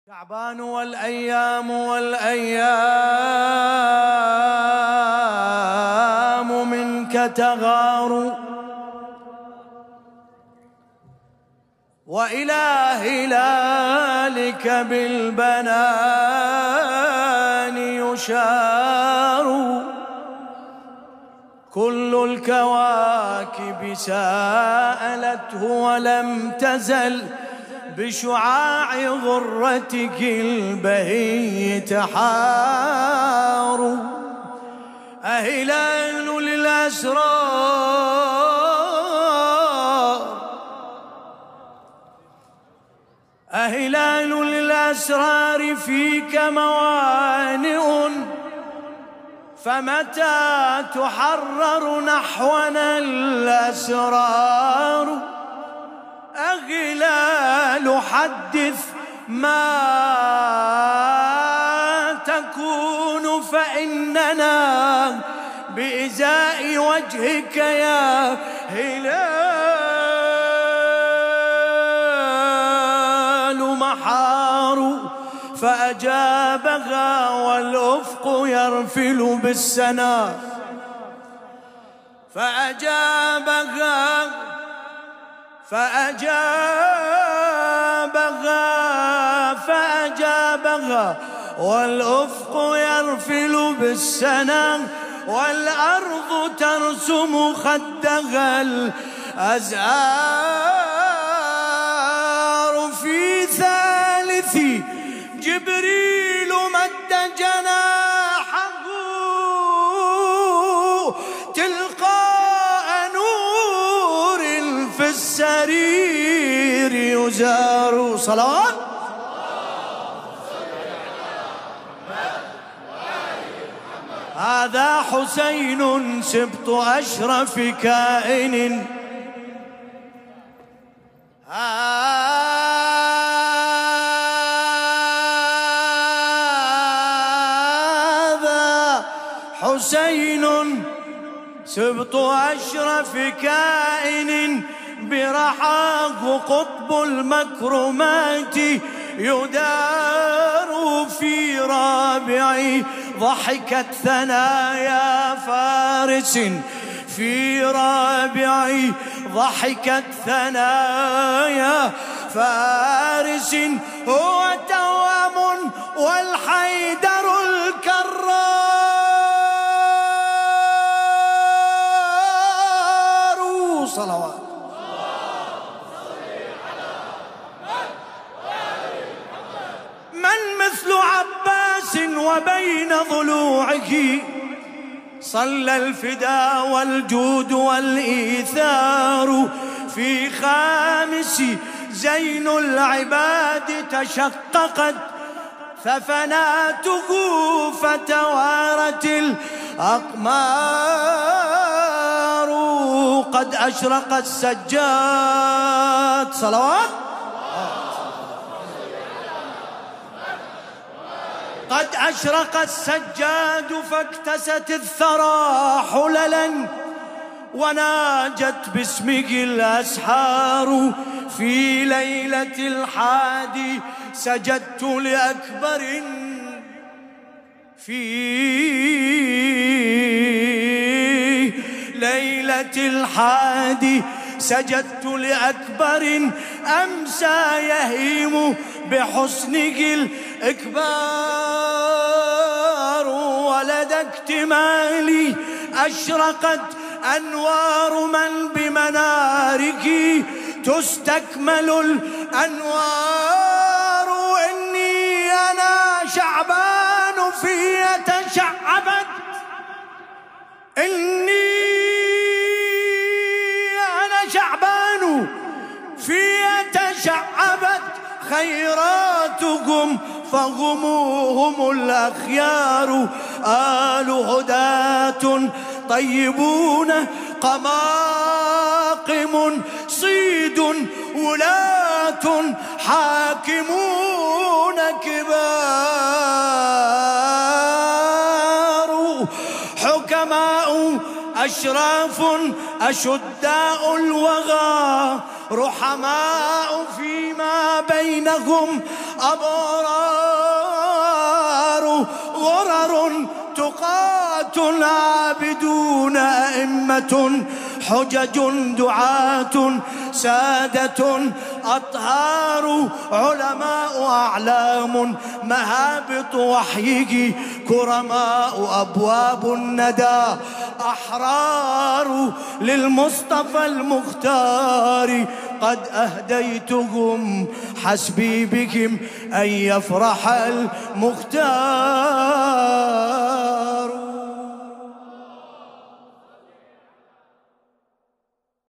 شعبان والأيام منك تغار، وإله هلالك بالبنان يشار. كل الكواكب سألته ولم تزل بشعاع غرتك البهي تحار. أهلال للأسرار، أهلال للأسرار فيك موانئ، فمتى تحرر نحونا الأسرار. أهلال حدث ما تكون، فإننا بإزاء وجهك يا هلال محار. فأجابها والأفق يرفل بالسنا، فأجابها والأفق يرفل بالسنا، والأرض ترسم خدها الأزهار. في ثالث جبريل مد جناحه تلقاء نور في السرير يزار. صلوات هذا حسين سبط أشرف كائن، هذا حسين سبط أشرف كائن، برحاه قطب المكرمات يدار. في رابع ضحكت ثنايا فارس، في رابع ضحكت ثنايا فارس. هو توام والحيدر الكرار. صلوات من مثل عباس وبين ضلوعه صلى الفداء والجود والإيثار. في خامس زين العباد تشققت ثفناته، فتوارت الأقمار. قد أشرق السجاد. صلوات قد أشرق السجاد، فاكتست الثرى حللا، وناجت باسمه الأسحار. في ليلة الحادي سجدت لأكبر، في ليلة الحادي سجدت لأكبر، أمسى يهيم بحسنه الإكبار. ولدى اكتمالي أشرقت أنوار من بمنارك تستكمل الأنوار. إني أنا شعبان في تشعبت، إني أنا شعبان في تشعبت خيراتكم، فغموهم الأخيار. آل هداة طيبون قماقم، صيد ولاة حاكمون كبار. حكماء أشراف أشداء الوغى، رحماء فيما بينهم أبرار. عابدون أئمة حجج دعاة سادة أطهار علماء أعلام مهابط وحيه كرماء أبواب الندى أحرار للمصطفى المختار قد أهديتهم حسبي بهم أن يفرح المختار.